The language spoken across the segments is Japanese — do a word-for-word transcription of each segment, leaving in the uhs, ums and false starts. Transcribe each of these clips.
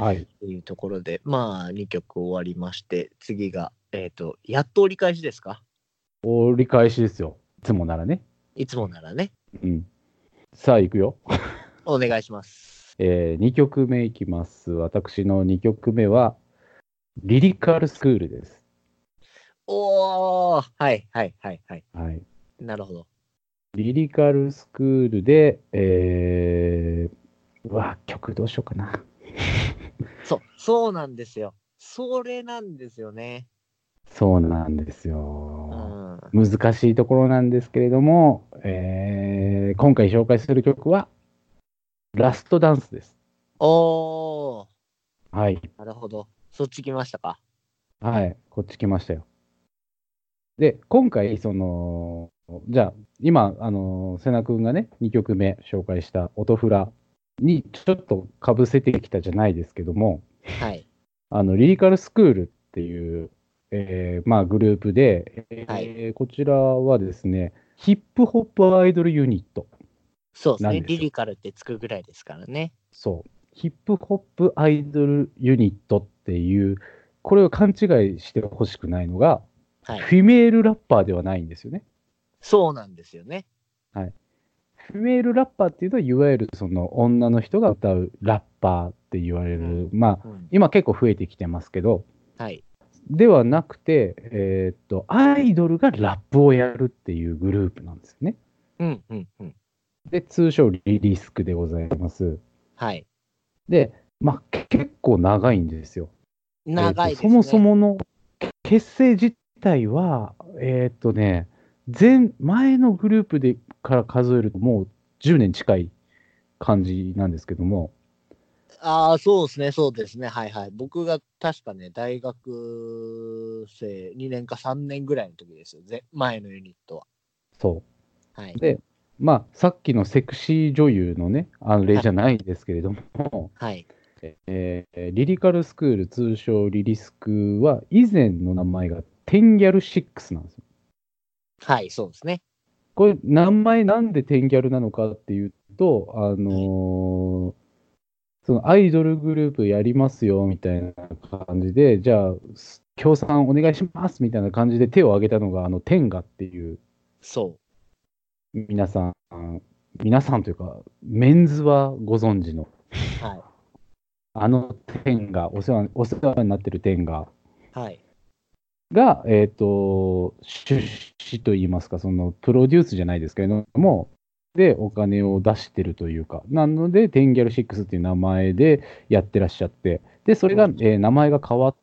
はい。 というところで、まあにきょく終わりまして、次が、えっ、と、やっと折り返しですか？ 折り返しですよ。いつもならね。 いつもならね。 うん。さあ、行くよ。 お願いします。 えー、にきょくめいきます。私のにきょくめは、リリカルスクールです。 おー、はいはいはいはい。 はい。 なるほど。 リリカルスクールで、えー、うわ、曲どうしようかな。 そう、そうなんですよ。それなんですよね。 そうなんですうよ。 ん。 難しいところなんですけれども、えー、今回紹介する曲は、ラストダンスです。 おー、 はい。 なるほど。そっち来ましたか。 はい。こっち来ましたよ。で、今回、その、じゃあ、今、あの、瀬名君がね、にきょくめ紹介した音フラにちょっとかぶせてきたじゃないですけども、 はい。 あの、リリカルスクールっていう、えーまあ、グループで、 はい。 えーこちらはですね、ヒップホップアイドルユニットそうですね。 なんですよ。 リリカルってつくぐらいですからね。 そう。ヒップホップアイドルユニットっていう、これを勘違いしてほしくないのが、 はい。 フィメールラッパーではないんですよね。 そうなんですよね。 はい。フィメールラッパーっていうのは、いわゆるその女の人が歌うラッパーって言われうん。 る、まあ、 うん。 今結構増えてきてますけど、 はい。 ではなくて、えーっと、アイドルがラップをやるっていうグループなんですね。 うんうんうん。 で、通称リリスクでございます。 はい。 で、まあ、結構長いんですよ。えーっと、 長いそもそですね。 もの結成自体は、えーっとね、前、前のグループでから数えるともうじゅうねん近い感じなんですけども、 ああ、そうですね、そうですね。はいはい。僕が確かね、大学生にねんかさんねんぐらいの時ですよ。ぜ前のユニットは。 そはい。 う。で、まあ、さっきのセクシー女優のね、あれはい。 じゃないですけれども、 はい。 えーリリカルスクール、通称リリスクは、以前の名前がテンギャルシックスなんですよ。 はい、そうですね。 これ、名前なんでテンギャルなのかっていうと、あはい。 のーそのアイドルグループやりますよみたいな感じで、じゃあ、協賛お願いしますみたいな感じで手を挙げたのが、あの、テンガっていう、 そ皆さん、皆さんというか、メンズはご存知の、 う。はい。 あのテンガ、お世話、お世話になってるテンガはい。 が、えっと、出資といいますか、その、プロデュースじゃないですけれども、で、お金を出してるというか、なので、テンギャルシックスっていう名前でやってらっしゃって、で、それが、 うん。 えー名前が変わって、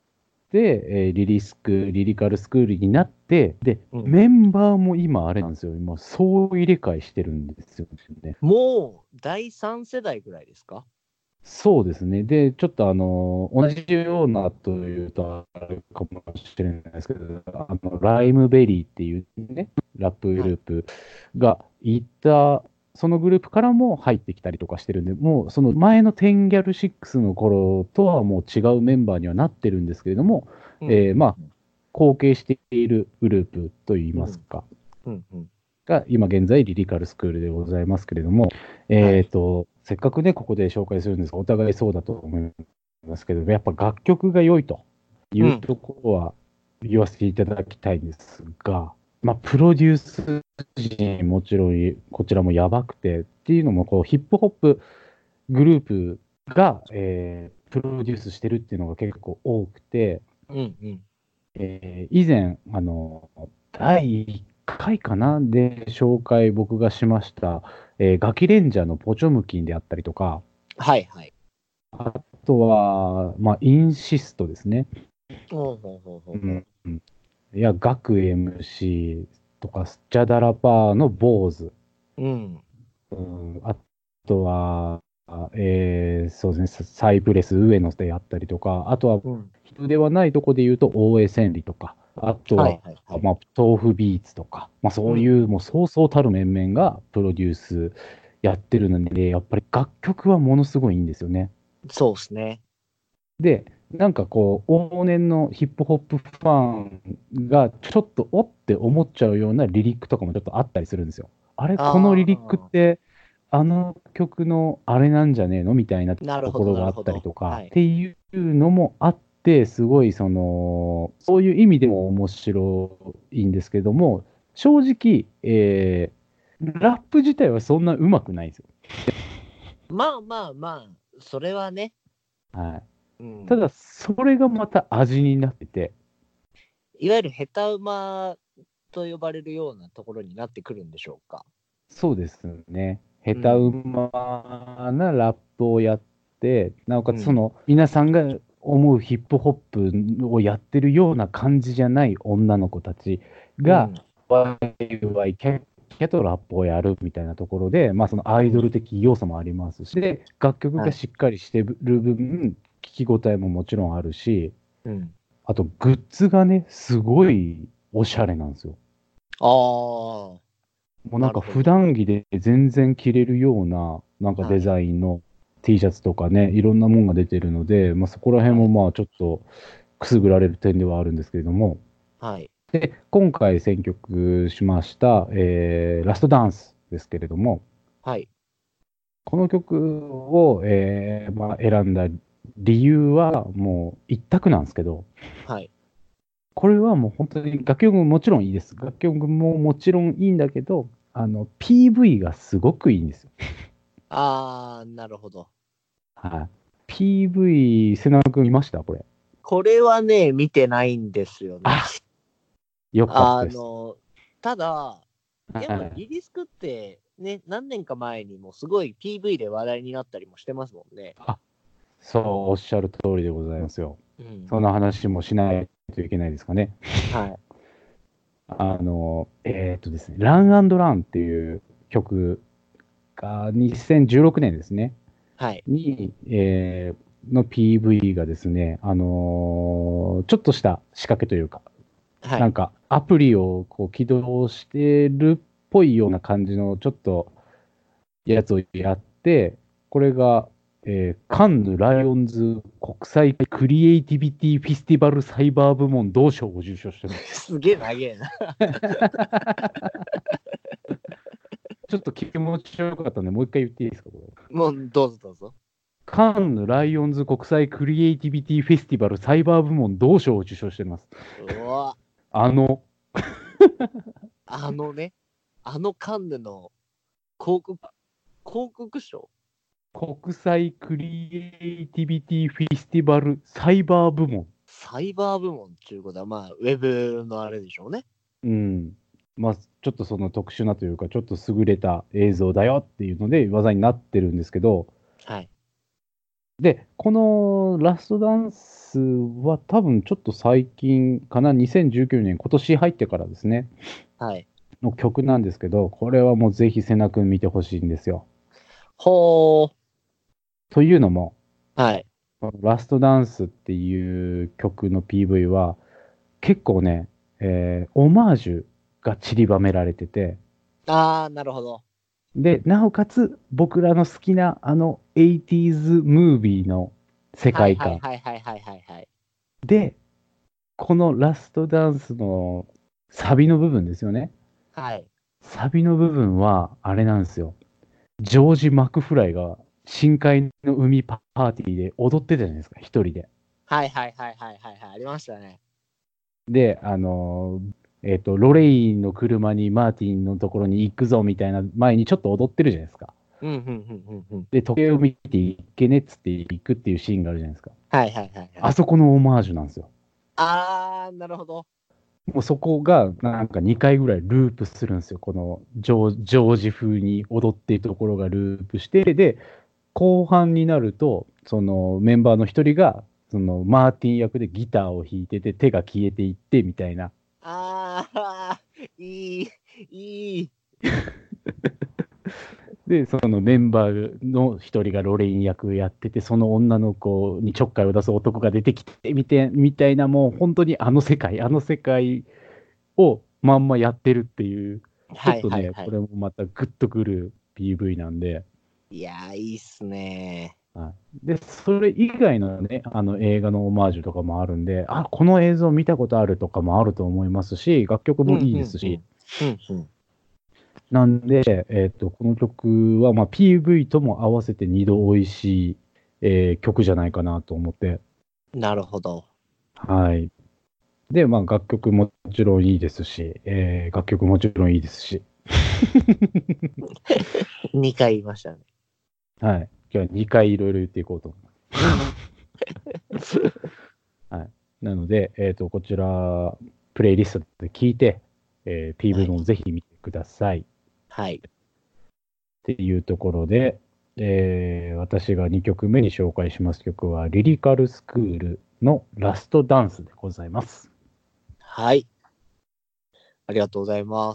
えーリリスク、リリカルスクールになって、で、 うん。 メンバーも今、あれなんですよ、今、総入れ替えしてるんですよね。 もう、だいさん世代ぐらいですか？ そうですね。で、ちょっとあの、同じようなというとあれかもしれないですけど、あの、ライムベリーっていうね、ラップグはい。 ループがいた、そのグループからも入ってきたりとかしてるんで、もうその前のテンギャルシックスの頃とはもう違うメンバーにはなってるんですけれども、 うん。 えーまあ、後継しているグループといいうん。 ますか、 うん。うん。 が今現在リリカルスクールでございますけれども、 はい。 えっと、せっかくね、ここで紹介するんですが、お互いそうだと思いますけど、やっぱ楽曲が良いというん。 うところは言わせていただきたいんですが、まあ、プロデュース陣もちろんこちらもやばくてっていうのも、こう、ヒップホップグループが、えープロデュースしてるっていうのが結構多くて、 うん。うん。 えー以前、あの、だいいっかいかなで紹介僕がしました、えーガキレンジャーのポチョムキンであったりとか、 はいはい。 あとは、まあ、インシストですね。 ほうほうほうほうほうん。いや、ガク エムシー とか、スチャダラパーの坊主。 う。うん。 うん、あとは、えーそうですね、サイプレス上野であったりとか、あとは、 うん。 人ではないとこで言うと、大江千里とか、あとはいは、 はいはい。 まあ、豆腐ビーツとか、まあ、 うん。 そういう、もうそうそうたる面々がプロデュースやってるので、やっぱり楽曲はものすごいいいんですよね。 そうですね。 で、なんかこう、往年のヒップホップファンがちょっとおって思っちゃうようなリリックとかもちょっとあったりするんですよ。あれ、このリリックっああ。 て、 あの曲のあれなんじゃねえのみたいななるほど、 ところがあっなるほど。 たりとか、 はい。 っていうのもあって、すごいその、そういう意味でも面白いんですけども、正直、えーラップ自体はそんな上手くないんですよ。 まあまあまあ、それはね。 はい。 うん。 ただ、それがまた味になってて、 いわゆる下手馬と呼ばれるようなところになってくるんでしょうか。 そうですね。下手ううん。 まなラップをやって、なおかつそうん。 の皆さんが思うヒップホップをやってるような感じじゃない女の子たちが、 うん。 ワイワイキャッキャとラップをやるみたいなところで、まあそのアイドルうん。 的要素もありますし、で、楽曲はい。 がしっかりしてる分、聞き応えももちろんあるし、 うん。 あとグッズがね、すごいおしゃれなんですよ。 ああ、 もうなんか普なるほど。 段着で全然着れるような、なんかデはい。 ザインの T シャツとかね、いろんなもんが出てるので、まあ、そこら辺はい。 もまあちょっとくすぐられる点ではあるんですけれども、 はい。 で、今回選曲しました、えーラストダンスですけれども、 はい。 この曲を、えーまあ、選んだ理由はもう一択なんですけど、 はい。 これはもう本当に楽曲ももちろんいいです。楽曲ももちろんいいんだけど、あの、ピーブイ がすごくいいんですよ。 ああ、なるほど。 はい。ピーブイ、瀬名君見ましたこれ？ これはね、見てないんですよね。 あ、よかったです。 あの、ただ、 はやっぱい。 リリスクってね、何年か前にもすごい ピーブイ で話題になったりもしてますもんね。 あ、そう、おっしゃる通りでございますよ。 うん。 そんな話もしないといけないですかね。 はい。 あの、えーっとですね、ランランっていう曲がにせんじゅうろくねんですね、 はい。 に、えーの ピーブイ がですね、あのーちょっとした仕掛けというか、 はい。 なんかアプリをこう起動してるっぽいような感じのちょっとやつをやって、これが、えーカンヌ・ライオンズ国際クリエイティビティフェスティバルサイバー部門同賞を受賞してます。 すげえ長えな。 ちょっと気持ちよかったんで、もう一回言っていいですか、これ。 もう、どうぞどうぞ。 カンヌ・ライオンズ国際クリエイティビティフェスティバルサイバー部門同賞を受賞してます。 うわ、 あの、 あのね、あのカンヌの広告、広告賞国際クリエイティビティフェスティバルサイバー部門。 サイバー部門っていうことは、まあ、ウェブのあれでしょうね。 うん。まあ、ちょっとその特殊なというか、ちょっと優れた映像だよっていうので、技になってるんですけど、 はい。 で、このラストダンスは多分ちょっと最近かな、にせんじゅうきゅうねん、今年入ってからですね、 はい。 の曲なんですけど、これはもうぜひ瀬名君見てほしいんですよ。 ほー。 というのも、 はい。 このラストダンスっていう曲の ピーブイ は結構ね、えーオマージュが散りばめられてて、 あー、なるほど。 で、なおかつ僕らの好きなあの エイティーズ ムービーの世はいはい界観はいはいはいはいはい。 で、このラストダンスのサビの部分ですよね。 はい。 サビの部分は、あれなんですよ。ジョージ・マクフライが深海の海パーティーで踊ってたじゃないですか、一人で。 はいはいはいはいはいはい。ありましたね。 で、あのーえっと、ロレインの車にマーティンのところに行くぞみたいな前にちょっと踊ってるじゃないですか。 うん、うん、うん、うん、うん。 で、時計を見ていけねっつって行くっていうシーンがあるじゃないですか。 はいはいはいはい。 あそこのオマージュなんですよ。 あー、なるほど。 もうそこがなんかにかいぐらいループするんですよ。このジョージョージ風に踊っているところがループして、で、後半になると、そのメンバーの一人が、そのマーティン役でギターを弾いてて、手が消えていってみたいな。 あー、いい、いい。 で、そのメンバーの一人がロレイン役やってて、その女の子にちょっかいを出す男が出てきてみて、みたいな、もう本当にあの世界、あの世界をまんまやってるっていう、ちょはいっとね、 はいはい。 これもまたグッとくる ピーブイ なんで、 いやー、いいっすねはい、で、それ以外のね、あの映画のオマージュとかもあるんで、あ、この映像見たことあるとかもあると思いますし、楽曲ー。うん、 もいいうん、 ですし、 うん。うん、うん。 なんで、えっと、この曲は、まあ、ピーブイ とも合わせて二度美味しい、えー曲じゃないかなと思って。 なるほど。 はい。で、まあ、楽曲もちろんいいですし、えー楽曲もちろんいいですし。 にかい言いましたね。 はい。今日はにかいいろいろ言っていこうと思います。はい。なので、えっと、こちら、プレイリストで聞いて、えー、 はピーブイい。 もぜひ見てください。 はい。 っていうところで、えー私がにきょくめに紹介します曲は、リリカルスクールのラストダンスでございます。 はい。ありがとうございます。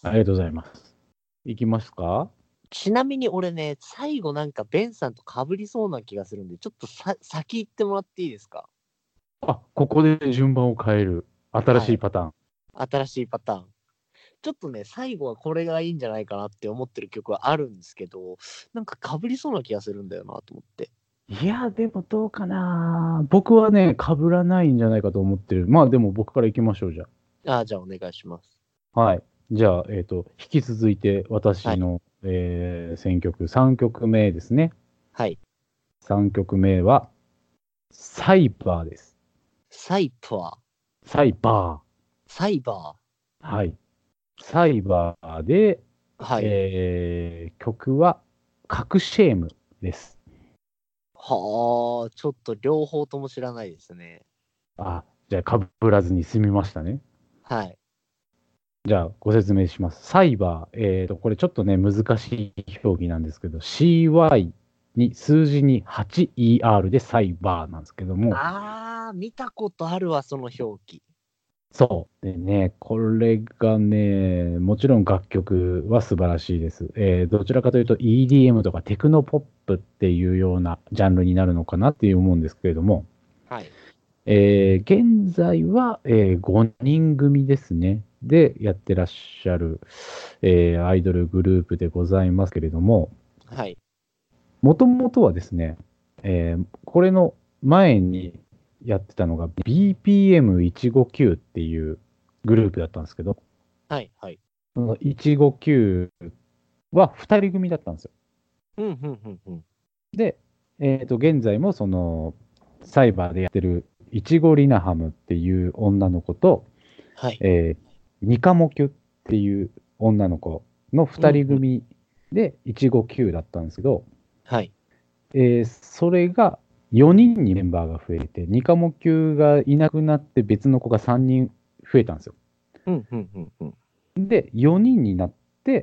ありがとうございます。いきますか？ ちなみに俺ね、最後なんかベンさんと被りそうな気がするんで、ちょっとさ先行ってもらっていいですか？ あ、ここで順番を変える。新しいパターン。 新しいパターン。ちょっとね、最後はこれがいいんじゃないかなって思ってる曲はあるんですけど、なんか被りそうな気がするんだよなと思って。 いや、でもどうかな。僕はね、被らないんじゃないかと思ってる。まあでも僕から行きましょう、じゃああ、じゃあお願いします。 あ。はい。じゃあ、えっと、引き続いてはい。 私の、えー選曲さんきょくめですね。 はい。 さんきょくめは、サイバーです。 サイパサイバー。サイバー。はい。サイバーで、 ー。はい。 えー曲は、カクシェームです。 はあ、ちょっと両方とも知らないですね。 あ、じゃあ、被らずに済みましたね。 はい。 じゃあ、ご説明します。サイバー、えーと、これちょっとね、難しい表記なんですけど、シーワイ に数字に はちイーアール でサイバーなんですけども、 ああ、見たことあるわ、その表記。 そう。でね、これがね、もちろん楽曲は素晴らしいです。えーどちらかというと イーディーエム とかテクノポップっていうようなジャンルになるのかなっていう思うんですけれども、 はい。 えー現在は、えーごにん組ですね。でやってらっしゃる、えーアイドルグループでございますけれども、 はい。 もともとはですね、えーこれの前にやってたのが ビーピーエムいちごきゅう っていうグループだったんですけど、 はい。はい。 そのいちごきゅうはふたり組だったんですよ。 うん、うん、うん、うん。 で、えっと、現在もその、サイバーでやってるいちごリナハムっていう女の子と、 はい。 えーニカモキュっていう女の子のうん、 ふたりうん。 組でいちごきゅうだったんですけど、 はい。 えーそれがよにんにメンバーが増えて、ニカモキュがいなくなって別の子がさんにん増えたんですよ。 うん、うん、うん、うん。 で、よにんになって、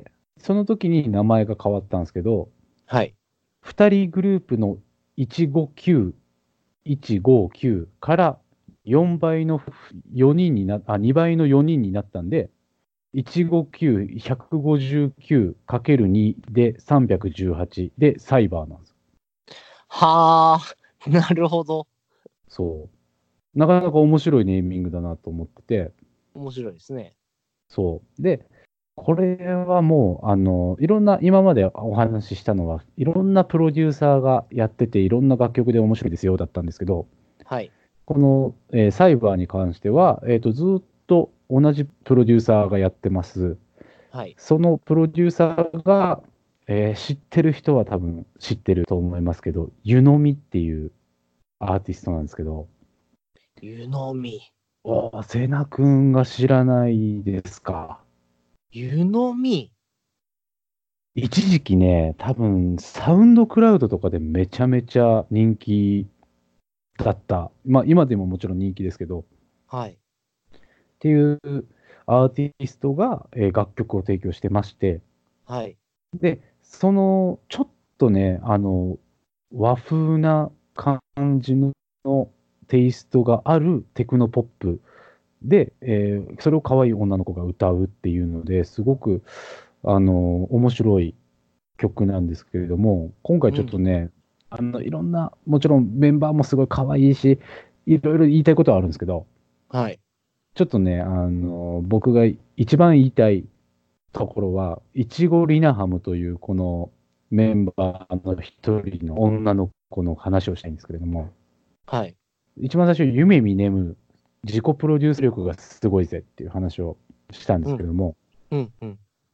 その時に名前が変わったんですけど、 はい。 ふたりグループのいちごきゅう、いちごきゅうからよんばいのよにんにな、あ、にばいのよにんになったんで、いちごきゅう、ひゃくごじゅうきゅうかけるに でさんびゃくじゅうはちでサイバーなんですよ。 はあ、なるほど。 そう。なかなか面白いネーミングだなと思ってて、 面白いですね。 そう。で、これはもう、あの、いろんな、今までお話ししたのは、いろんなプロデューサーがやってて、いろんな楽曲で面白いですよ、だったんですけど、 はい。 この、えーサイバーに関しては、えっと、ずっと同じプロデューサーがやってます。 はい。 そのプロデューサーが、えー知ってる人は多分知ってると思いますけど、湯飲みっていうアーティストなんですけど、 湯飲み。 おー、瀬名くんが知らないですか？ 湯飲み。 一時期ね、多分サウンドクラウドとかでめちゃめちゃ人気だった。まあ今でももちろん人気ですけど、っはい。 ていうアーティストが、えー楽曲を提供してまして、 はい。 で、そのちょっとね、あの、和風な感じのテイストがあるテクノポップで、えーそれを可愛い女の子が歌うっていうのですごく、あの、面白い曲なんですけれども、今回ちょっとうん。 ね、あの、いろんな、もちろんメンバーもすごい可愛いし、いろいろ言いたいことはあるんですけど、 はい。 ちょっとね、あの、僕が一番言いたいところは、いちごリナハムというこのメンバーの一人の女の子の話をしたいんですけれども、 はい。 一番最初、夢見ねむ自己プロデュース力がすごいぜっていう話をしたんでうん。 すけれども、 うん。うん。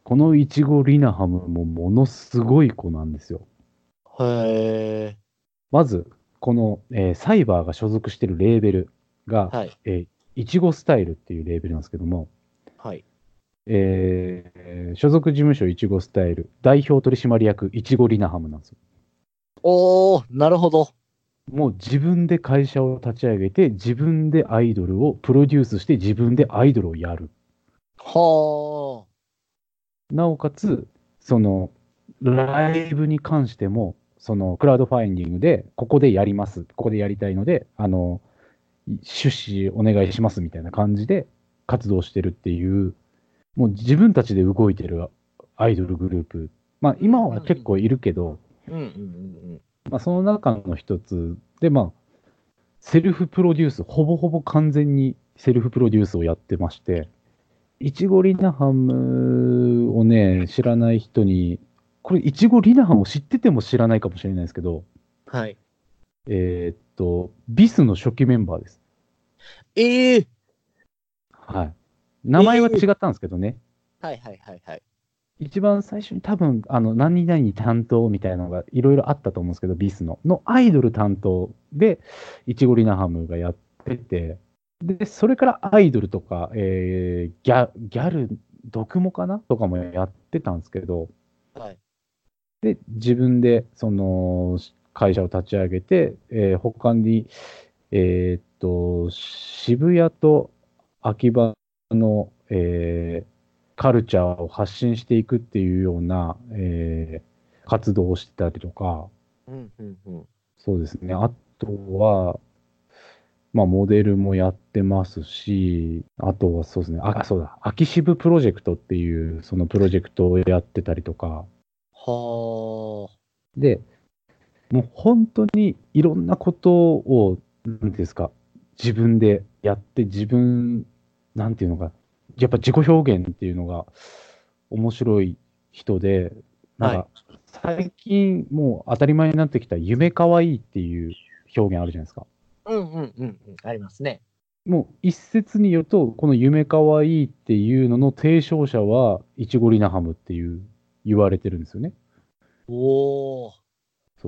このイチゴリナハムもものすごい子なんですよ。 へえ。 まず、この、えーサイバーが所属しているレーベルが、 はい。 えーいちごスタイルっていうレーベルなんですけども、 はい。 えー所属事務所いちごスタイル、代表取締役いちごリナハムなんですよ。 おー、なるほど。 もう自分で会社を立ち上げて、自分でアイドルをプロデュースして、自分でアイドルをやる。 はなおかつ、その、ライブに関しても、その、クラウドファインディングで、ここでやります。ここでやりたいので、あの、出資お願いしますみたいな感じで活動してるっていう、もう自分たちで動いてるアイドルグループ。まあ、 あ。うん今うんは結構いるけど、 うん。うんうんうんまあ、その中の一つで、まあ、セルフプロデュース、ほぼほぼ完全にセルフプロデュースをやってまして、いちごリナハムをね、知らない人に、これ、いちごリナハムを知ってても知らないかもしれないですけど、 はい。 えーっと、ビスの初期メンバーです。 ええはい。名前はええ違ったんですけどね。 はいはいはいはい。 一番最初に多分、あの、何々担当みたいなのがいろいろあったと思うんですけど、ビスの。のアイドル担当で、いちごリナハムがやってて、で、それからアイドルとか、えーギャ、ギャル、毒モかなとかもやってたんですけど、 はい。 で、自分で、その、会社を立ち上げて、えー他に、えーっと、渋谷と秋葉の、えーカルチャーを発信していくっていうような、えー活動をしてたりとか、 うんうんうん。 そうですね。あとは、まあ、モデルもやってますし、あとはそうですね。あ、そうだ。秋渋プロジェクトっていう、そのプロジェクトをやってたりとか、 はあ。 で、もう本当にいろんなことを、なんていうんですか、自分でやって自分、なんていうのか、やっぱ自己表現っていうのが面白い人で、なんはい。 か最近もう当たり前になってきた夢かわいいっていう表現あるじゃないですか。 うんうんうんうん。ありますね。 もう一説によると、この夢かわいいっていうのの提唱者は、イチゴリナハムっていう言われてるんですよね。 おー。 そう。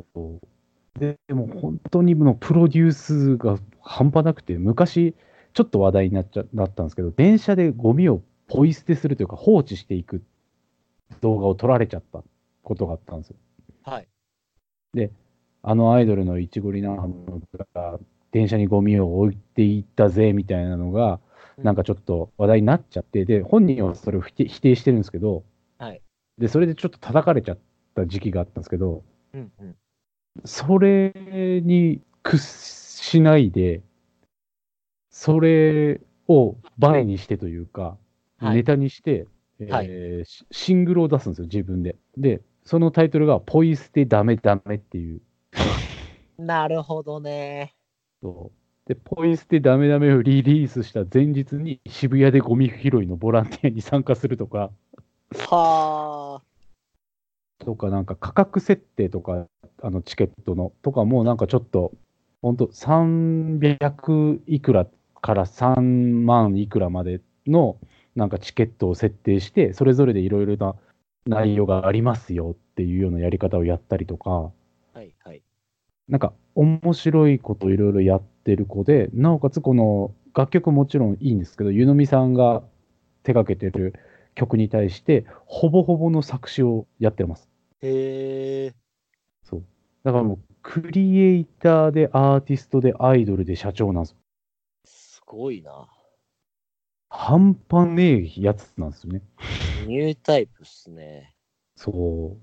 で、でも本当にもうプロデュースが半端なくて、昔ちょっと話題になっちゃ、なったんですけど、電車でゴミをポイ捨てするというか放置していく動画を撮られちゃったことがあったんですよ。 はい。 で、あのアイドルのイチゴリナハムが電車にゴミを置いていったぜみたいなのが、 うん。 なんかちょっと話題になっちゃって、で、本人はそれを否定否定してるんですけど、 はい。 で、それでちょっと叩かれちゃった時期があったんですけど、 うんうん。 それに屈しないで、それをバネにしてというか、 はい。 ネタにして、 はい。 えーシシングルを出すんですよ、自分で。で、そのタイトルが、ポイ捨てダメダメっていう。 なるほどね。 そうで、ポイ捨てダメダメをリリースした前日に渋谷でゴミ拾いのボランティアに参加するとか、 はあ。 とか、なんか価格設定とか、あのチケットの、とかもなんかちょっと、本当さんびゃくいくらからさんまんいくらまでのなんかチケットを設定して、それぞれでいろいろな内容がありますよっていうようなやり方をやったりとか、 はいはい。 なんか面白いことをいろいろやってる子で、なおかつこの楽曲もちろんいいんですけど、湯飲みさんが手掛けてる曲に対して、ほぼほぼの作詞をやってます。 へえ。 そう。だからもう、クリエイターでアーティストでアイドルで社長なんですよ。 すごいな。 半端ねえやつなんですよね。 ニュータイプっすね。 そう。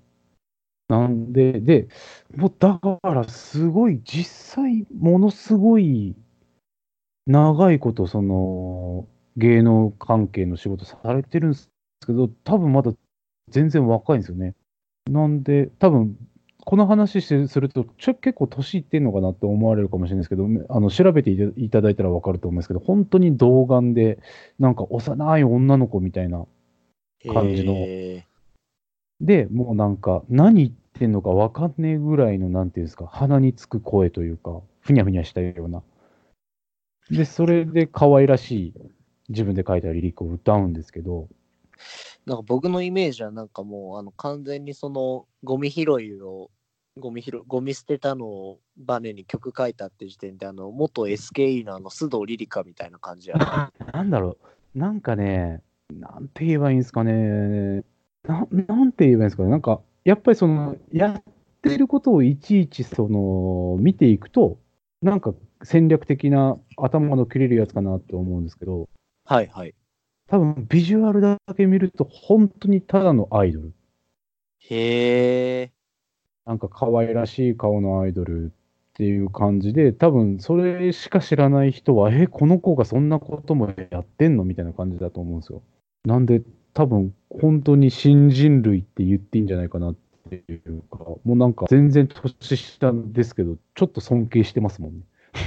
なんで、で、もうだからすごい、実際、ものすごい長いこと、その、芸能関係の仕事されてるんですけど、多分まだ全然若いんですよね。なんで、多分この話しすると、ちょ結構年いってんのかなって思われるかもしれないですけど、あの調べていたいただいたら分かると思うんですけど、本当に童顔で、なんか幼い女の子みたいな感じの、 へえ。 で、もうなんか、何言ってんのか分かんねえぐらいの、なんていうんですか、鼻につく声というか、ふにゃふにゃしたような。で、それで可愛らしい自分で書いたリリックを歌うんですけど、 なんか僕のイメージはなんかもうあの完全にそのゴミ拾いをゴミ拾ゴミ捨てたのをバネに曲書いたって時点であの元 エスケーイー のあの須藤リリカみたいな感じやったんで。 なんだろう、なんかね、なんて言えばいいんですかね、な、なんて言えばいいんですかね、なんか、やっぱりその、やってることをいちいちその、見ていくと、なんか戦略的な頭の切れるやつかなって思うんですけど、 はいはい。 多分ビジュアルだけ見ると、本当にただのアイドル。 へえ。 なんか可愛らしい顔のアイドルっていう感じで、多分それしか知らない人は、え、この子がそんなこともやってんのみたいな感じだと思うんですよ。なんで、多分本当に新人類って言っていいんじゃないかなっていうか、もうなんか全然年下ですけど、ちょっと尊敬してますもんね。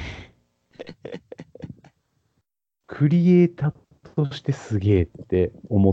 クリエイターとしてすげえって思って、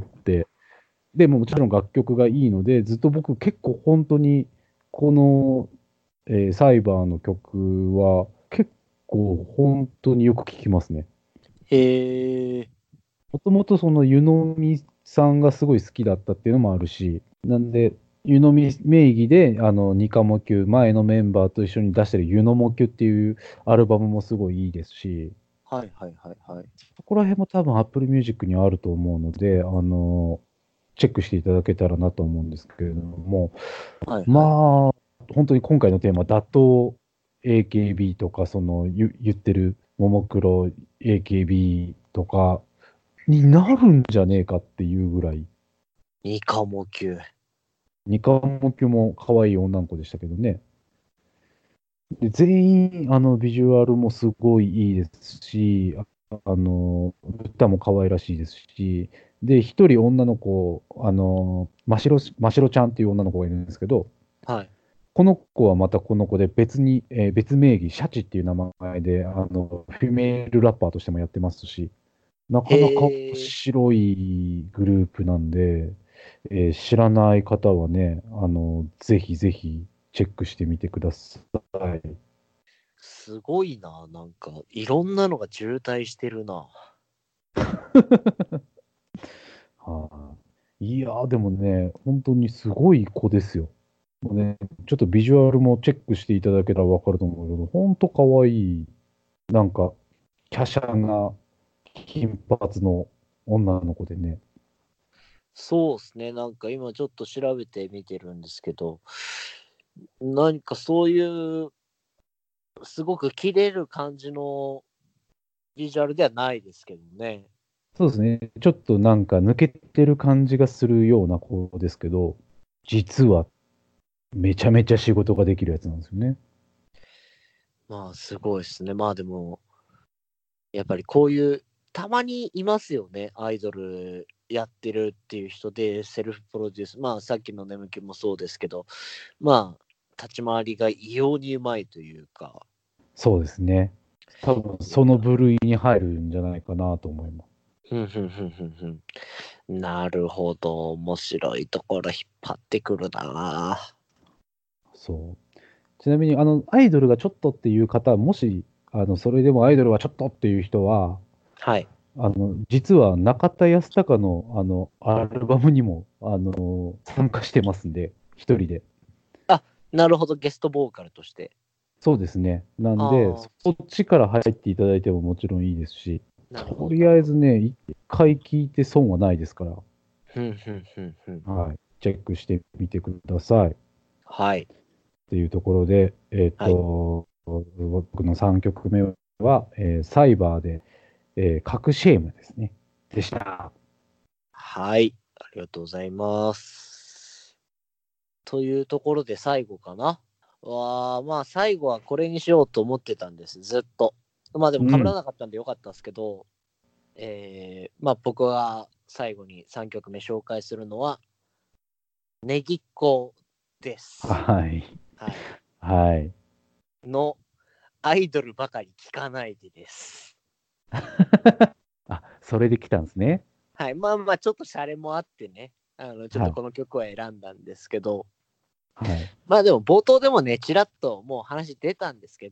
でももちろん楽曲がいいので、ずっと僕結構本当にこのえーサイバーの曲は結構本当によく聞きますね。 へえ。 もともとその湯飲みさんがすごい好きだったっていうのもあるし、なんで湯飲み名義であのニカモキュ前のメンバーと一緒に出してる湯飲もキュっていうアルバムもすごいいいですし、 はいはいはいはい。 そこら辺も多分 Apple Music にあると思うので、あの、チェックしていただけたらなと思うんですけれども、 はいはい。 まあ、本当に今回のテーマ、打倒 エーケービー とか、その言言ってるももクロ エーケービー とかになるんじゃねえかっていうぐらい、 ニカモ級。 ニカモキュも可愛い女の子でしたけどね。で全員、あの、ビジュアルもすごいいいですし、ああの、歌も可愛らしいですし、で、一人女の子、あの、ましろ、ましろちゃんっていう女の子がいるんですけど、 はい。 この子はまたこの子で別に、えー別名義、シャチっていう名前で、あの、フィメールラッパーとしてもやってますし、なかなか面へえ。 白いグループなんで、えー知らない方はね、あの、ぜひぜひチェックしてみてください。 すごいな。なんか、いろんなのが渋滞してるな。 はい、いやー、でもね、本当にすごい子ですよ。もうね、ちょっとビジュアルもチェックしていただけたらわかると思うけど、本当可愛い、なんか、華奢な金髪の女の子でね。 そうですね。なんか今ちょっと調べてみてるんですけど、何かそういうすごく切れる感じのビジュアルではないですけどね。 そうですね。ちょっとなんか抜けてる感じがするような子ですけど、実はめちゃめちゃ仕事ができるやつなんですよね。 まあすごいですね。まあでも、やっぱりこういう、たまにいますよね。アイドルやってるっていう人でセルフプロデュース。まあさっきの眠気もそうですけど、まあ立ち回りが異様にうまいというか。 そうですね。多分いや、 その部類に入るんじゃないかなと思います。 ふんふんふんふんふん。なるほど。面白いところ引っ張ってくるな。 そう。ちなみに、あの、アイドルがちょっとっていう方、もし、あの、それでもアイドルはちょっとっていう人は、 はい。 あの、実は中田泰孝の、あの、アルバムにも、あの、参加してますんで、一人で。 あ、なるほど。ゲストボーカルとして。 そうですね。なんで、 ああ、 そっちから入っていただいてももちろんいいですし、 なるほど、 とりなるほど。 あえずね、一回聞いて損はないですから、 ふんふんふんふん。 はい。チェックしてみてください。っはい。 ていうところで、えっはい。 と、僕のさんきょくめは、えーサイバーで、えー、核シェームですね。でした。 はい。ありがとうございます。というところで最後かな。わあ、まあ最後はこれにしようと思ってたんです。ずっと。まあでも被らうん。 なかったんでよかったんですけど、えー、まあ僕が最後にさんきょくめ紹介するのは、ネギっ子です。 はい。 はい。 はい。 の、アイドルばかり聞かないでです。 あ、それで来たんですね。 はい。まあまあ、ちょっとシャレもあってね、あの、ちょっはい。 とこの曲は選んだんですけど、 はい。 まあでも冒頭でもね、ちらっともう話出たんですけど、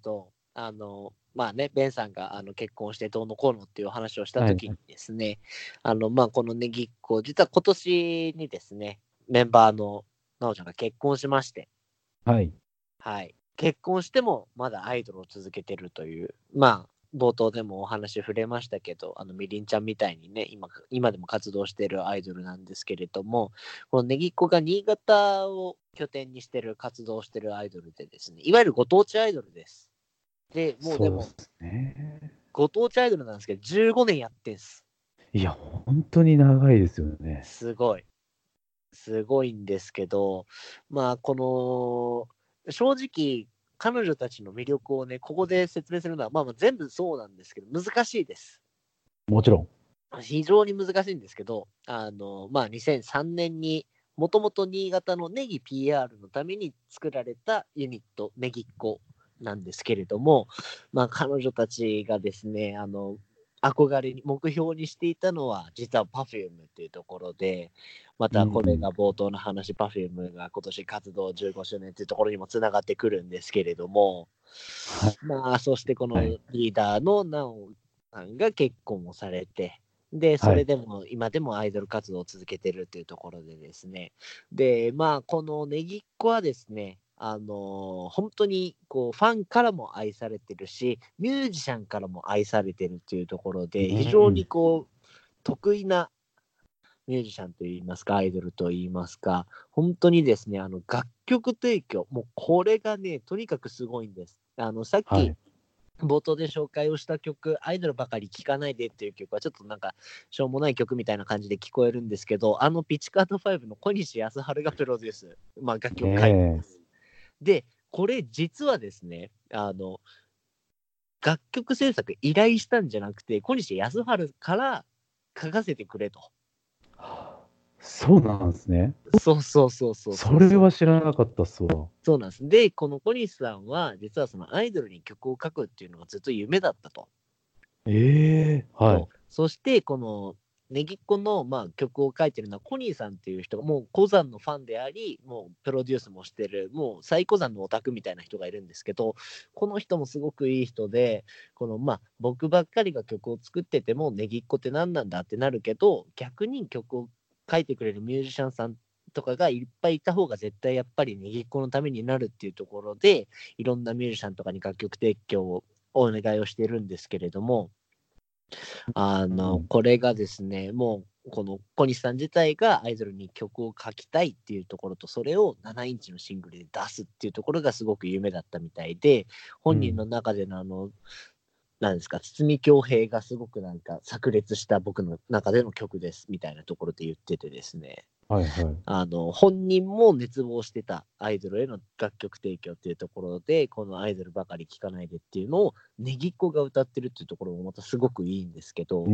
あの、まあね、ベンさんがあの結婚してどうのこうのっていうお話をしたはい。 ときにですね、あの、まあ、このねぎっこ、実は今年にですね、メンバーのなおちゃんが結婚しまして、 はい。 はい。結婚してもまだアイドルを続けてるという、まあ、冒頭でもお話触れましたけど、あのみりんちゃんみたいにね、今、今でも活動しているアイドルなんですけれども、このねぎっこが新潟を拠点にしてる、活動してるアイドルでですね、いわゆるご当地アイドルです。で、もうでも、 そうですね。 ご当地アイドルなんですけど、じゅうごねんやってんす。 いや、本当に長いですよね。 すごい。すごいんですけど、まあ、この、正直、彼女たちの魅力をね、ここで説明するのは、まあまあ全部そうなんですけど、難しいです。 もちろん。 非常に難しいんですけど、あの、まあにせんさんねんに、もともと新潟のネギ ピーアール のために作られたユニット、ネギっ子なんですけれども、まあ彼女たちがですね、あの、憧れに、目標にしていたのは、実は Perfume っていうところで、またこれうん。 が冒頭の話、Perfume が今年活動じゅうごしゅうねんっていうところにもつながってくるんですけれども、 はまあ、そしてこのい。 リーダーのナオさんが結婚をされて、で、そはい。 れでも今でもアイドル活動を続けてるっていうところでですね、で、まあ、このネギっ子はですね、あのー本当にこうファンからも愛されてるし、ミュージシャンからも愛されてるっていうところうで、非常にん。 こう、得意なミュージシャンといいますか、アイドルといいますか、本当にですね、あの楽曲提供、もうこれがね、とにかくすごいんです。あのさっきはい。 冒頭で紹介をした曲、アイドルばかり聴かないでっていう曲は、ちょっとなんか、しょうもない曲みたいな感じで聞こえるんですけど、あのピチカートファイブの小西康晴がプロデュース、まあ、楽曲書いてまねす。で、これ実はですね、あの、楽曲制作依頼したんじゃなくて、小西康晴から書かせてくれと。 え。そうなんですね。 そうそうそうそうそそれうそう。 は知らなかったっすわ。 そうなんです。で、この小西さんは、実はそのアイドルに曲を書くっていうのがずっと夢だったと。 ええ、はい。 そう。そして、この、ネギっ子の、まあ、曲を書いてるのは、コニーさんっていう人が、もう、コザンのファンであり、もう、プロデュースもしてる、もう、最コザンのオタクみたいな人がいるんですけど、この人もすごくいい人で、この、まあ、僕ばっかりが曲を作ってても、ネギっ子って何なんだってなるけど、逆に曲を書いてくれるミュージシャンさんとかがいっぱいいた方が絶対やっぱりネギっ子のためになるっていうところで、いろんなミュージシャンとかに楽曲提供をお願いをしてるんですけれども、あの、 うん。 これがですね、もう、この小西さん自体がアイドルに曲を書きたいっていうところと、それをななインチのシングルで出すっていうところがすごく夢だったみたいで、本人のうん。 中でのあの、なんですか、堤恭平がすごくなんか炸裂した僕の中での曲ですみたいなところで言っててですね、 はいはい。 あの、本人も熱望してたアイドルへの楽曲提供っていうところで、このアイドルばかり聴かないでっていうのを、ネギっ子が歌ってるっていうところもまたすごくいいんですけど、 うん。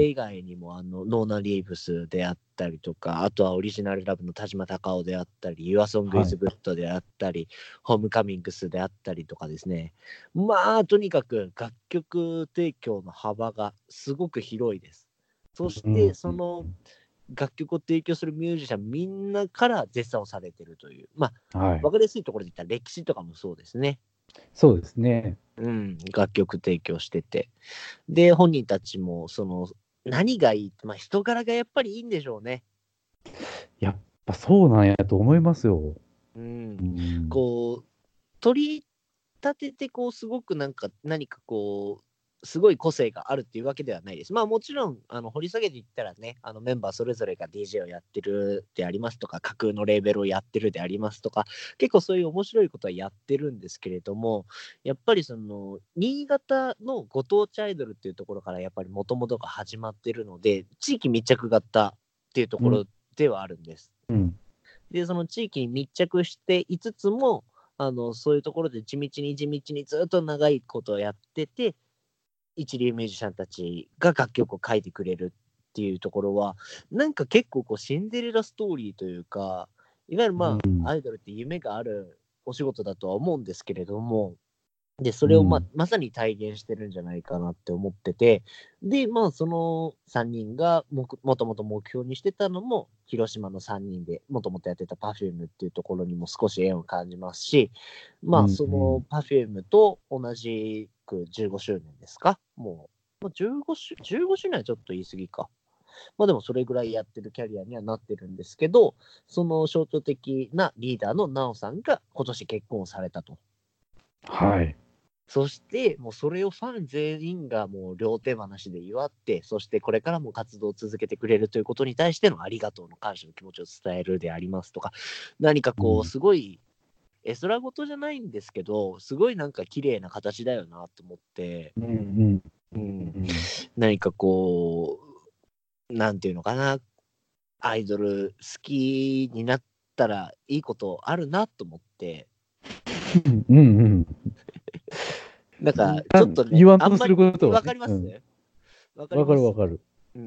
それ以外にも、あの、ノーナ・リーブスであったりとか、あとはオリジナルラブの田島隆夫であったり、Your Song は is い。 Good であったり、ホームカミングスであったりとかですね。まあ、とにかく楽曲提供の幅がすごく広いです。そして、 うん。 その、楽曲を提供するミュージシャンみんなから絶賛をされてるという、まあ、 はい。 分かりやすいところで言ったら歴史とかもそうですね。 そうですね。 うん、楽曲提供してて。で、本人たちも、その、何がいいって、まあ、人柄がやっぱりいいんでしょうね。 やっぱそうなんやと思いますよ。 うん。 うん。 こう、取り立てて、こう、すごくなんか、何かこう、すごい個性があるっていうわけではないです。まあもちろん、あの掘り下げていったらね、あのメンバーそれぞれが ディージェー をやってるでありますとか、架空のレーベルをやってるでありますとか、結構そういう面白いことはやってるんですけれども、やっぱりその、新潟のご当地アイドルっていうところからやっぱりもともとが始まってるので、地域密着型っていうとうん。 ころではあるんです。 うん。 で、その地域に密着していつつも、あの、そういうところで地道に地道にずっと長いことをやってて、一流ミュージシャンたちが楽曲を書いてくれるっていうところは、なんか結構こうシンデレラストーリーというか、いわゆるまあ、 うん。 アイドルって夢があるお仕事だとは思うんですけれども、 で、それをま、 うんまさに体現してるんじゃないかなって思ってて、で、まあ、そのさんにんがもくもともと目標にしてたのも、広島のさんにんで、もともとやってた Perfume っていうところにも少し縁を感じますし、まあ、 うんその Perfume と同じくじゅうごしゅうねんですか、もう、まあ、じゅうごしゅじゅうごしゅうねんはちょっと言い過ぎか。まあでもそれぐらいやってるキャリアにはなってるんですけど、その象徴的なリーダーのナオさんが今年結婚されたと。 はい。 そして、もうそれをファン全員がもう両手話で祝って、そしてこれからも活動を続けてくれるということに対してのありがとうの感謝の気持ちを伝えるでありますとか、何かこう、 うんすごい、絵空事じゃないんですけど、すごいなんか綺麗な形だよなと思って、 うんうんうん、 うん何かこう、なんていうのかな、アイドル好きになったらいいことあるなと思って、 うんうんなんかちなょっとね、 言わんとするあんまりことはね。 わかります、 うん。 わかりわかます。 るわかる。 うん、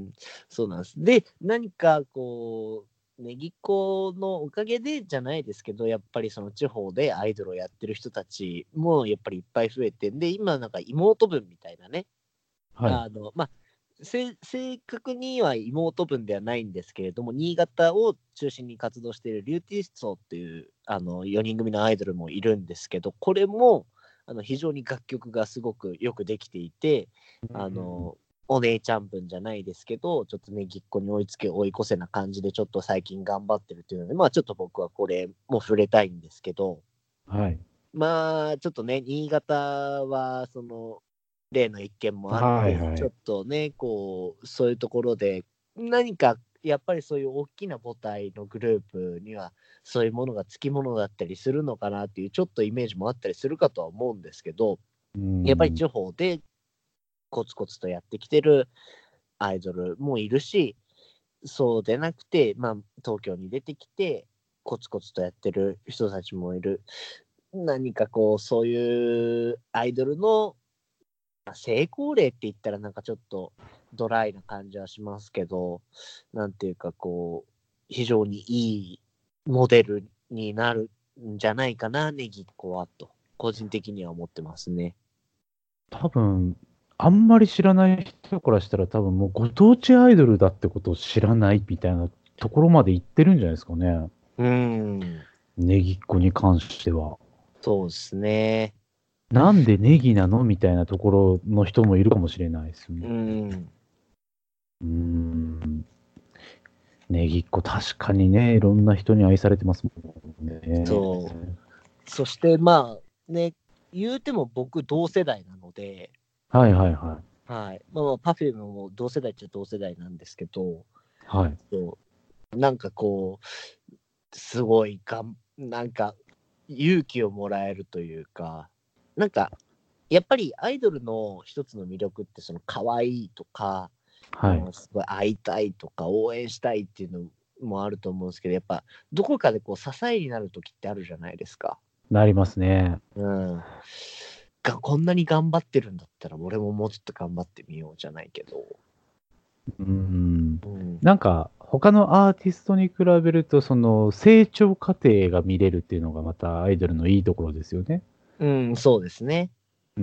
そうなんです。で、何かこう、ネギっ子のおかげでじゃないですけど、やっぱりその地方でアイドルをやってる人たちもやっぱりいっぱい増えてんで、今なんか妹分みたいなね、 はい。 あの、まあ、せ正確には妹分ではないんですけれども、新潟を中心に活動しているリューティストっていうあのよにん組のアイドルもいるんですけど、これもあの非常に楽曲がすごくよくできていて、あのお姉ちゃん分じゃないですけど、ちょっとねぎっこに追いつけ追い越せな感じでちょっと最近頑張ってるっていうので、まあちょっと僕はこれも触れたいんですけど、 はい。 まあちょっとね、新潟はその例の一件もあって、ちょっはいはい。 とね、こう、そういうところで、何かやっぱりそういう大きな母体のグループには、そういうものがつきものだったりするのかなっていう、ちょっとイメージもあったりするかとは思うんですけど、 うやっぱりん。 地方でコツコツとやってきてるアイドルもいるし、そうでなくて、まあ、東京に出てきて、コツコツとやってる人たちもいる。何かこう、そういうアイドルのまあ成功例って言ったらなんかちょっとドライな感じはしますけど、なんていうかこう、非常にいいモデルになるんじゃないかな、ネギっ子はと、個人的には思ってますね。 多分、あんまり知らない人からしたら、多分もうご当地アイドルだってことを知らないみたいなところまで行ってるんじゃないですかね。 うーん、 ネギっ子に関しては。 そうですね。 なんでネギなのみたいなところの人もいるかもしれないですうね。 ーん、 うーん。ネギっ子、確かにね、いろんな人に愛されてますもんね。 そう。そしてまあね、言うても僕同世代なので、 はいはいははい。まあ、まあ、Perfume も同世代っちゃ同世代なんですけど、 い。はい。 そうなんかこう、すごいがん、なんか勇気をもらえるというか、なんか、やっぱりアイドルの一つの魅力って、その可愛いとか、 はい。 もうすごい会いたいとか、応援したいっていうのもあると思うんですけど、やっぱ、どこかでこう支えになる時ってあるじゃないですか。 なりますね。 うん。が、こんなに頑張ってるんだったら、俺ももうちょっと頑張ってみようじゃないけど。 うーん。 うん。 なんか、他のアーティストに比べると、その、成長過程が見れるっていうのがまたアイドルのいいところですよね。 うん、そうですね。 うん。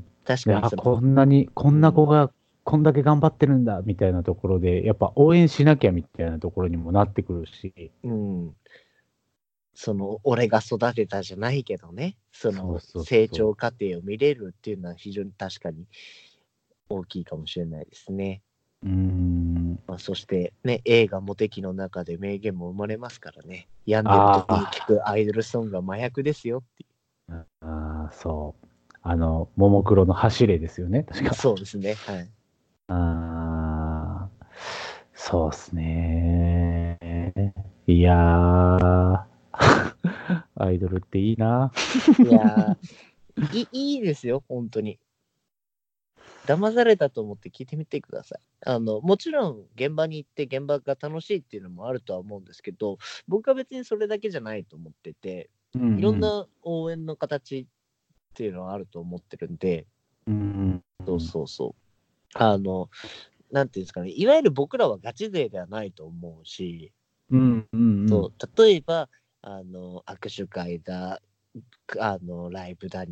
で、あ、 確かにその、 こんなに、こんなうん。 子が、こんだけ頑張ってるんだ、みたいなところで、やっぱ応援しなきゃみたいなところにもなってくるし。 うん。その、俺が育てたじゃないけどね、そのそうそうそ成長過程を見れるっていうのは非常に確かに大きいかもしれないですね。 う。うーん。 まあ、そしてね、映画モテキの中で名言も生まれますからね、病んでる時にあ聴くアイドルソングは麻薬ですよっていあ、ああ、そう。あの、ももクロの走れですよね、確う。 か。 そうですね。はい。 ああ、そうっすね。いやー、アイドルっていいな。 いやーい、いいですよ、本当に。騙されたと思って聞いてみてください。あの、もちろん現場に行って現場が楽しいっていうのもあるとは思うんですけど、僕は別にそれだけじゃないと思ってて、 うんいろんうん。 な応援の形っていうのはあると思ってるんで、 うんうそうん。 そうそう。あの、なんていうんですかね、いわゆる僕らはガチ勢ではないと思うし、 うんうんうん。 そう、例えば、あの、握手会だ、あの、ライブだに行っ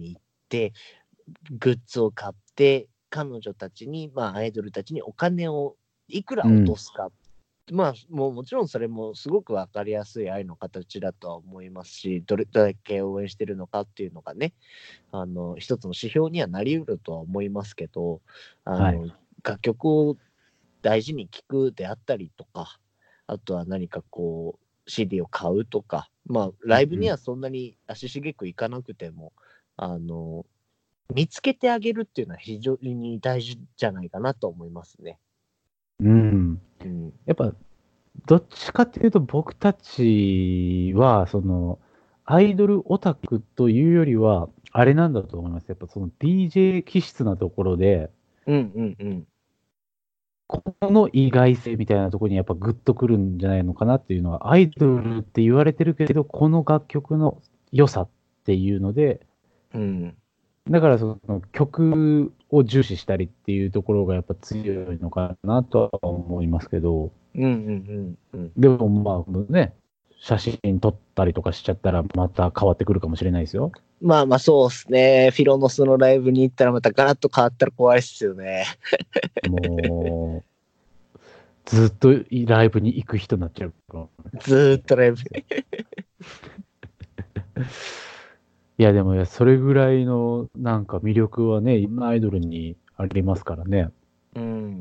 でグッズを買って彼女たちに、まあ、アイドルたちにお金をいくら落とすか、うん、まあもうもちろんそれもすごく分かりやすい愛の形だとは思いますし、どれだけ応援してるのかっていうのがね、あの一つの指標にはなりうるとは思いますけど、あの、はい、楽曲を大事に聴くであったりとか、あとは何かこう シーディー を買うとか、まあライブにはそんなに足しげく行かなくても、うん、あの見つけてあげるっていうのは非常に大事じゃないかなと思いますね。 うん。うん、やっぱどっちかっていうと僕たちはそのアイドルオタクというよりはあれなんだと思います。やっぱその ディージェー 気質なところで、 うんうんうん。 この意外性みたいなところにやっぱグッとくるんじゃないのかなっていうのは、アイドルって言われてるけど、この楽曲の良さっていうので、 うん、 だからその曲を重視したりっていうところがやっぱ強いのかなとは思いますけど、 うんうんうんうん、 でもまあね、写真撮ったりとかしちゃったらまた変わってくるかもしれないですよ。 まあまあそうですね。フィロノスのライブに行ったらまたガラッと変わったら怖いっすよね。 もう、ずっとライブに行く人になっちゃうから。 ずーっとライブ。 いやでもそれぐらいのなんか魅力はね、今アイドルにありますからね。 うん、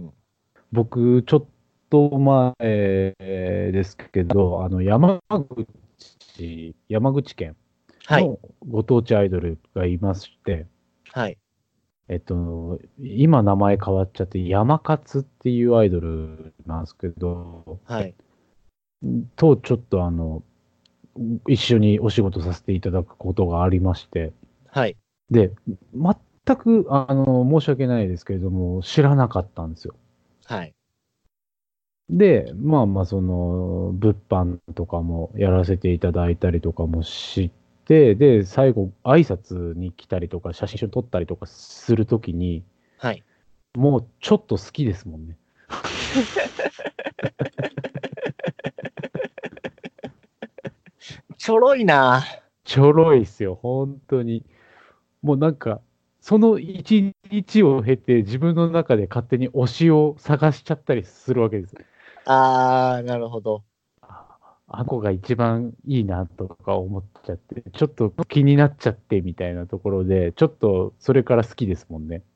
僕、ちょっと前ですけど、あの山口、山口県のご当地アイドルがいまして、 はい。 えっと、今名前変わっちゃって、山勝っていうアイドルなんですけど、 はい。 とちょっとあの、一緒にお仕事させていただくことがありまして、 はい。 で、全く、あの、申し訳ないですけれども、知らなかったんですよ。 はい。 で、まあまあ、その、物販とかもやらせていただいたりとかもして、で、最後、挨拶に来たりとか、写真撮ったりとかするときに、 はい。 もうちょっと好きですもんね。 ちょろいな。 ちょろいっすよ、本当に。もうなんか、その一日を経て自分の中で勝手に推しを探しちゃったりするわけです。 あー、なるほど。 あこが一番いいなとか思っちゃって、ちょっと気になっちゃってみたいなところで、ちょっとそれから好きですもんね。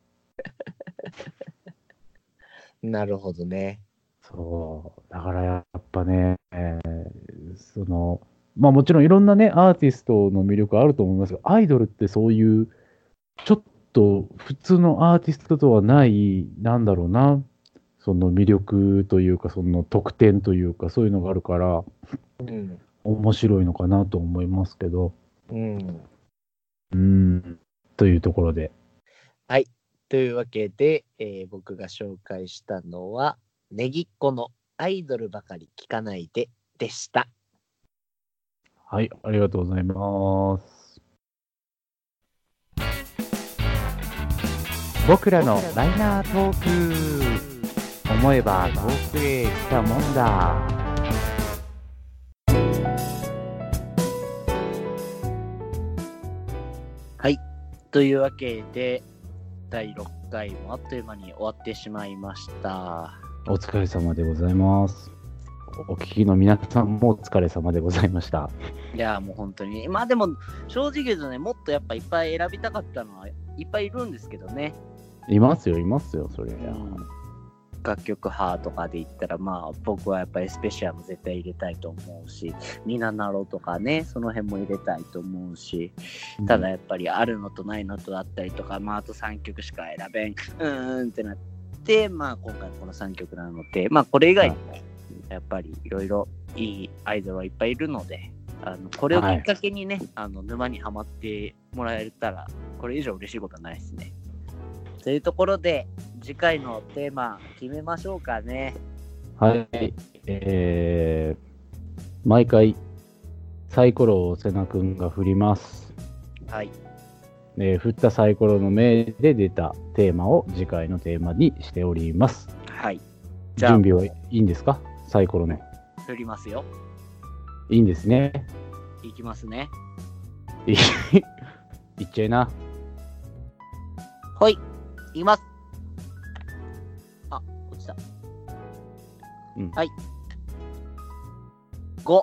なるほどね。 そう。だからやっぱね、えーその、まあもちろんいろんなね、アーティストの魅力あると思いますが、アイドルってそういう、ちょっと普通のアーティストとはない、なんだろうな、その魅力というか、その特典というか、そういうのがあるから、 うん。 面白いのかなと思いますけど。 うん。 うん、というところで。 はい。というわけで、えー僕が紹介したのは、ねぎっこのアイドルばかり聞かないででした。 はい、ありがとうございます。僕らのライナートーク。思えば遠くへ来たもんだ。 はい。というわけで、だいろっかいもあっという間に終わってしまいました。 お疲れ様でございます。お聞きの皆さんもお疲れ様でございました。 いや、もう本当に。まあでも、正直言うとね、もっとやっぱいっぱい選びたかったのはいっぱいいるんですけどね。 いますよ、いますよ、それ。うん、 楽曲派とかで言ったら、まあ僕はやっぱりスペシャルも絶対入れたいと思うし、ニナナロとかね、その辺も入れたいと思うし、ただやっぱりあるのとないのとだったりとか、まああとさんきょくしか選べん、うーんってなって、まあ今回このさんきょくなので、まあこれ以外にもやっぱりいろいろいいアイドルはいっぱいいるので、あのこれをきっかけにね、はい、あの沼にはまってもらえたら、これ以上嬉しいことはないですね。というところで、次回のテーマ決めましょうかね。 はい。えー、毎回サイコロを瀬名くんが振ります。 はい。 えー、振ったサイコロの目で出たテーマを次回のテーマにしております。 はい。 じゃあ準備はいいんですか？サイコロね。 振りますよ。 いいんですね。 いきますね。 いっちゃいな。 はい、いきます。あ、落ちた。 うん、 はい。ご。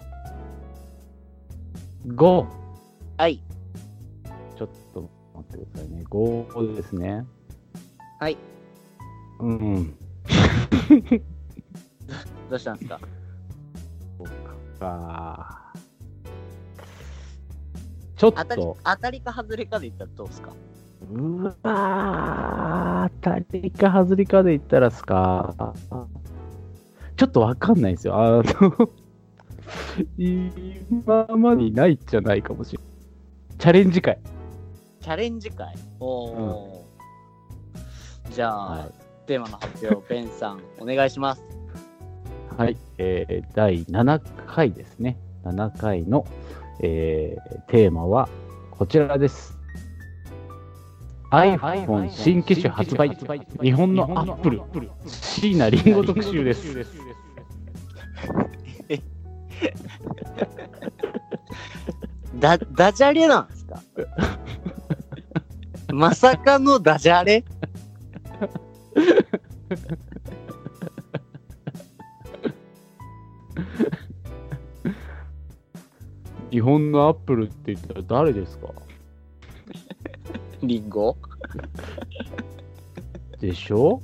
ご。 はい。 ちょっと待ってくださいね。ごですね。 はい。 うん。 どうしたんですか？ そうか。ちょっと。 当たり、当たりか外れかで言ったらどうですか？ うわー、当たりか外れかで言ったらすか。ちょっとわかんないですよ。あの、今までにないんじゃないかもしれない。チャレンジ会。 チャレンジ会。おー。うん、じゃあ、はい、テーマの発表、ベンさん、お願いします。 はい、えー、だいななかいですね。ななかいの、えー、テーマはこちらです。iPhone 新機種発売、日本のアップル、椎名林檎特集です。 だ、ダジャレなんですか？まさかのダジャレ？ 日本のアップルって言ったら誰ですか？ リンゴでしょ？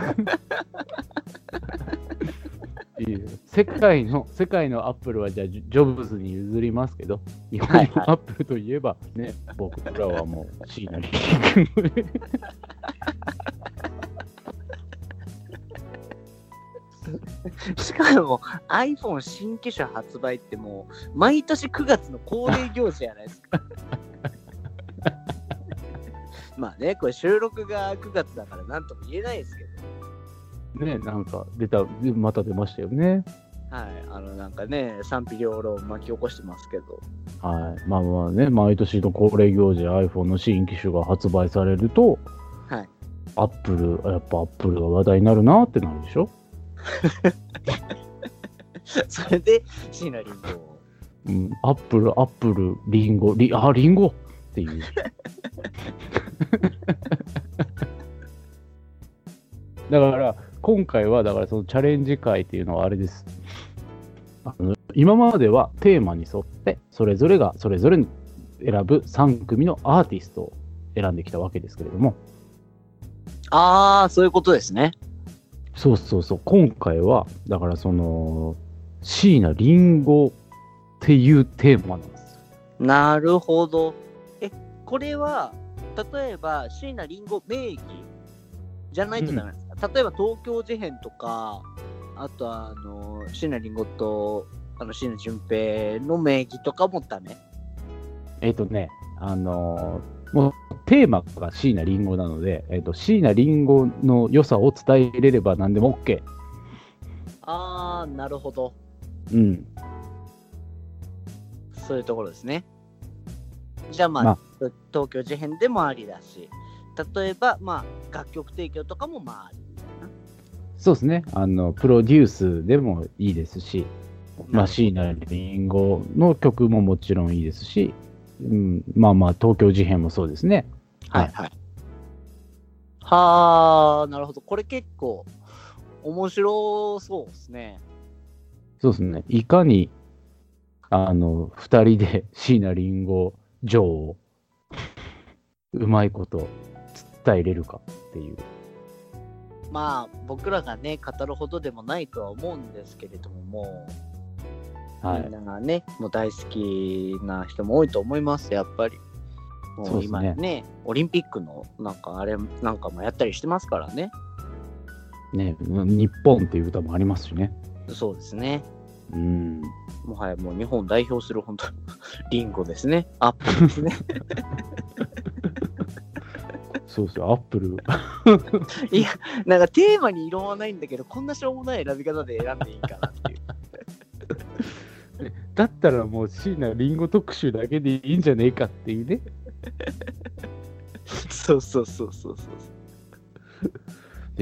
いい世界の世界のアップルはじゃあジョブズに譲りますけど、日本のアップルといえばね、はいはい、僕らはもう椎名林檎。 しかも iPhone 新機種発売ってもう毎年くがつの恒例行事じゃないですか。まあね、これ収録がくがつだから何とも言えないですけどね。なんか出た、また出ましたよね。 はい、あのなんかね、賛否両論巻き起こしてますけど、 はい、まあまあね、毎年の恒例行事 iPhone の新機種が発売されると、 はい、 アップル、やっぱアップルが話題になるなってなるでしょ。 それで椎名林檎、 うん、アップルアップルリンゴリあリンゴっていうだから今回はだからそのチャレンジ会っていうのはあれです。あの今まではテーマに沿ってそれぞれがそれぞれ選ぶさんくみのアーティストを選んできたわけですけれども、 ああそういうことですね。 そうそうそう、今回はだからその椎名林檎っていうテーマなんです。 なるほど。え、これは例えば椎名林檎名義じゃないとダメなんですか？うん、例えば東京事変とか、あとはあの椎名林檎とあの椎名純平の名義とかもダメ？ えっとね、あのー、もうテーマが椎名林檎なので、えっと、椎名林檎の良さを伝えれれば何でも OK。 あー、なるほど。 うん。 そういうところですね。じゃあまあ、まあ、東京事変でもありだし、例えばまあ楽曲提供とかもまあありだな。 そうですね。あのプロデュースでもいいですし、まあ椎名林檎の曲ももちろんいいですし、うん、まあまあ東京事変もそうですね。 はいはい。はあ、なるほど。これ結構面白そうですね。 そうですね。いかにあのふたりで椎名林檎情をうまいこと伝えれるかっていう。 まあ僕らがね語るほどでもないとは思うんですけれども、もう、はい、みんながねもう大好きな人も多いと思います。やっぱりもう今 ね, ねオリンピックのなんかあれなんかもやったりしてますからね。 ね、日本っていう歌もありますしね。 そうですね。 うん。 もはやもう日本を代表する本当リンゴですね。アップルですね。 そうですよ、アップル。 いや、なんかテーマに異論はないんだけど、こんなしょうもない選び方で選んでいいかなっていう。 だったらもう椎名林檎特集だけでいいんじゃねえかっていうね。 そうそうそうそうそう。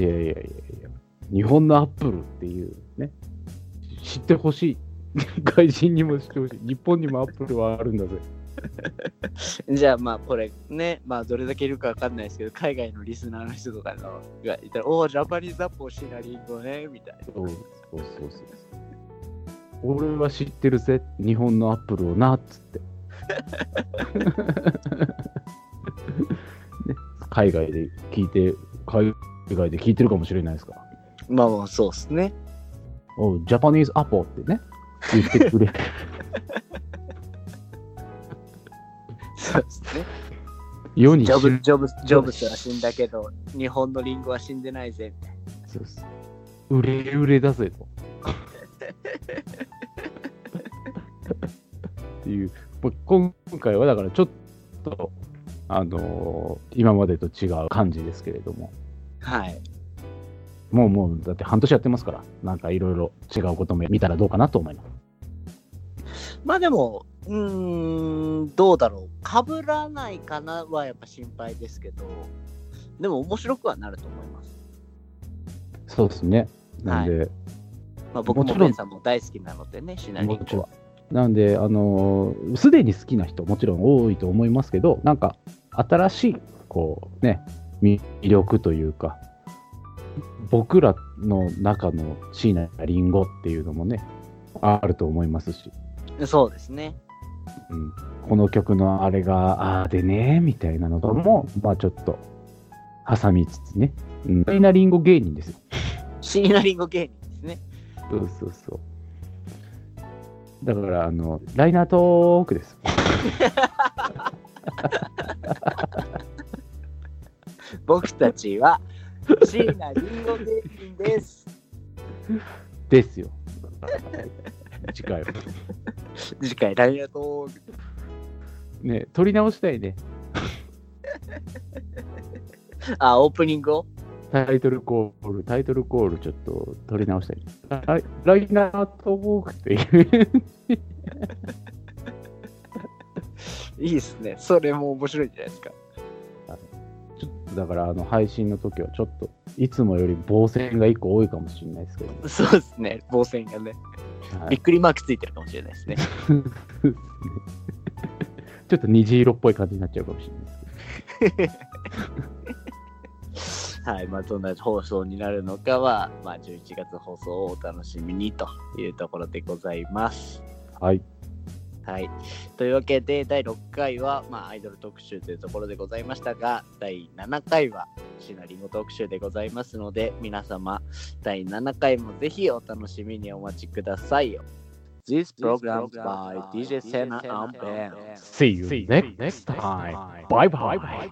いやいやいやいや、日本のアップルっていうね、知ってほしい。外人にも知ってほしい。日本にもアップルはあるんだぜ。 じゃあまあこれね、まあどれだけいるかわかんないですけど、海外のリスナーの人とかのがいたら、おお、ジャパニーズアップルシナリンゴね、みたいな。 そうそうそうそう。俺は知ってるぜ、日本のアップルをなっつって。ね、海外で聞いて、海外で聞いてるかもしれないですから。 まあまあそうですね。 おジャパニーズアポってね、言ってくれ。 そうですね。 世にジョブジョブジョブスは死んだけど、日本のリンゴは死んでないぜみたいな。 そうです。売れ売れだぜと。っていう、今回はだからちょっと、あのー、今までと違う感じですけれども。 はい。 もうもう、だって半年やってますから、なんかいろいろ違うことも見たらどうかなと思います。 まあでも、うーん、どうだろう。かぶらないかなはやっぱ心配ですけど、でも面白くはなると思います。 そうですね。なんで、はい、 まあ、僕もベンさんも大好きなのでね、シナリオは。 なんで、あのー、すでに好きな人もちろん多いと思いますけど、なんか新しいこうね魅力というか、僕らの中の椎名林檎っていうのもねあると思いますし。 そうですね。 うん、この曲のあれがああでねみたいなのとも、まあちょっと挟みつつね、椎名林檎芸人ですよ。 椎名林檎芸人ですね。 そうそうそう。だからあのライナートークです。 僕たちは椎名林檎芸人です。 ですよ。次回は。 次回ライナートーク。 ね、撮り直したいね。 あ、オープニングをタイトルコール、タイトルコールちょっと取り直したい。ライ, ライナートークっていう。 いいですね。それも面白いんじゃないですか。 ちょっとだからあの配信の時はちょっといつもより防線がいっこ多いかもしれないですけど。 そうですね。防線がね、はい。びっくりマークついてるかもしれないですね。 ちょっと虹色っぽい感じになっちゃうかもしれないですけど。 はい、まあ、どんな放送になるのかは、まあ、じゅういちがつ放送をお楽しみにというところでございます。 はい。 はい。というわけで、だいろっかいは、まあ、アイドル特集というところでございましたが、だいななかいは椎名林檎特集でございますので、皆様、だいななかいもぜひお楽しみにお待ちください。This program by ディージェー Senna and Ben. See you next time. Bye bye.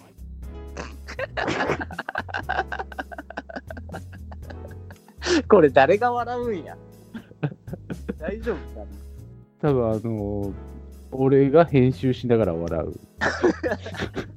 これ誰が笑うんや。大丈夫かな。 多分あのー、俺が編集しながら笑う。